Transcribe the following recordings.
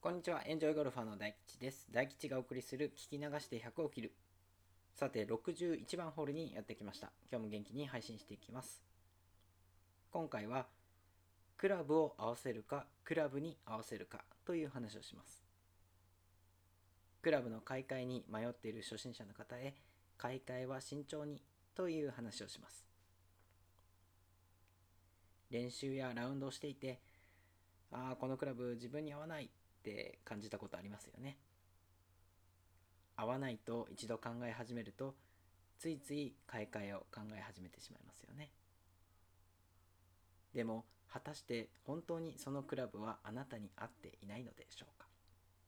こんにちは、エンジョイゴルファーの大吉です。大吉がお送りする聞き流して100を切る。さて、61番ホールにやってきました。今日も元気に配信していきます。今回は、クラブを合わせるか、クラブに合わせるかという話をします。クラブの買い替えに迷っている初心者の方へ、買い替えは慎重にという話をします。練習やラウンドをしていて、このクラブ自分に合わないって感じたことありますよね。合わないと一度考え始めると、ついつい買い替えを考え始めてしまいますよね。でも果たして本当にそのクラブはあなたに合っていないのでしょうか。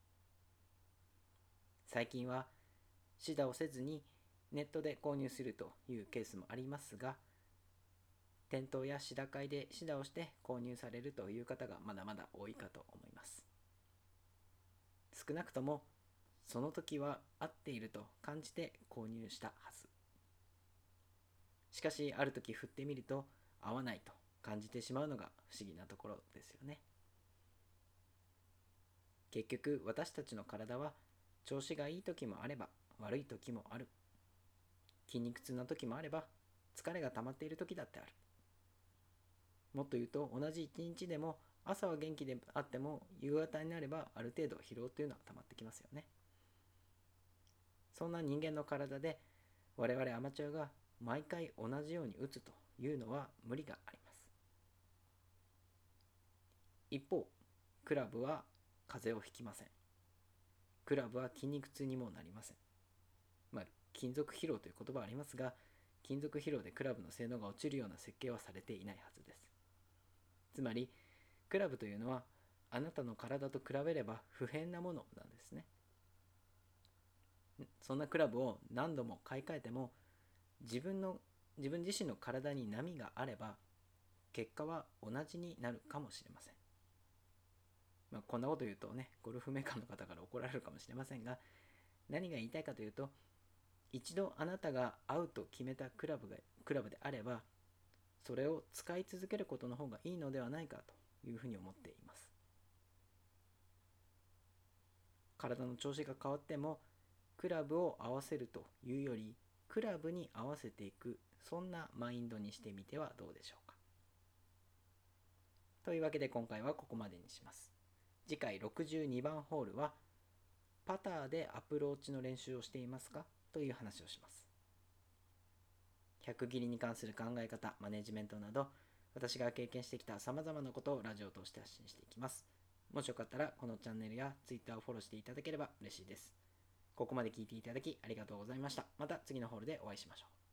最近は指導をせずにネットで購入するというケースもありますが、店頭やシダ会で指導をして購入されるという方がまだまだ多いかと思います。少なくともその時は合っていると感じて購入したはず。しかしある時振ってみると合わないと感じてしまうのが不思議なところですよね。結局私たちの体は調子がいい時もあれば悪い時もある。筋肉痛な時もあれば疲れが溜まっている時だってある。もっと言うと同じ一日でも朝は元気であっても夕方になればある程度疲労というのは溜まってきますよね。そんな人間の体で我々アマチュアが毎回同じように打つというのは無理があります。一方、クラブは風邪をひきません。クラブは筋肉痛にもなりません。金属疲労という言葉はありますが、金属疲労でクラブの性能が落ちるような設計はされていないはずです。つまり、クラブというのはあなたの体と比べれば不変なものなんですね。そんなクラブを何度も買い替えても自分自身の体に波があれば結果は同じになるかもしれません。こんなこと言うとね、ゴルフメーカーの方から怒られるかもしれませんが、何が言いたいかというと、一度あなたが合うと決めたクラブであれば、それを使い続けることの方がいいのではないかというふうに思っています。体の調子が変わっても、クラブを合わせるというより、クラブに合わせていく、そんなマインドにしてみてはどうでしょうか。というわけで今回はここまでにします。次回62番ホールは、パターでアプローチの練習をしていますかという話をします。100切りに関する考え方、マネジメントなど、私が経験してきた様々なことをラジオを通して発信していきます。もしよかったらこのチャンネルや Twitter をフォローしていただければ嬉しいです。ここまで聞いていただきありがとうございました。また次のホールでお会いしましょう。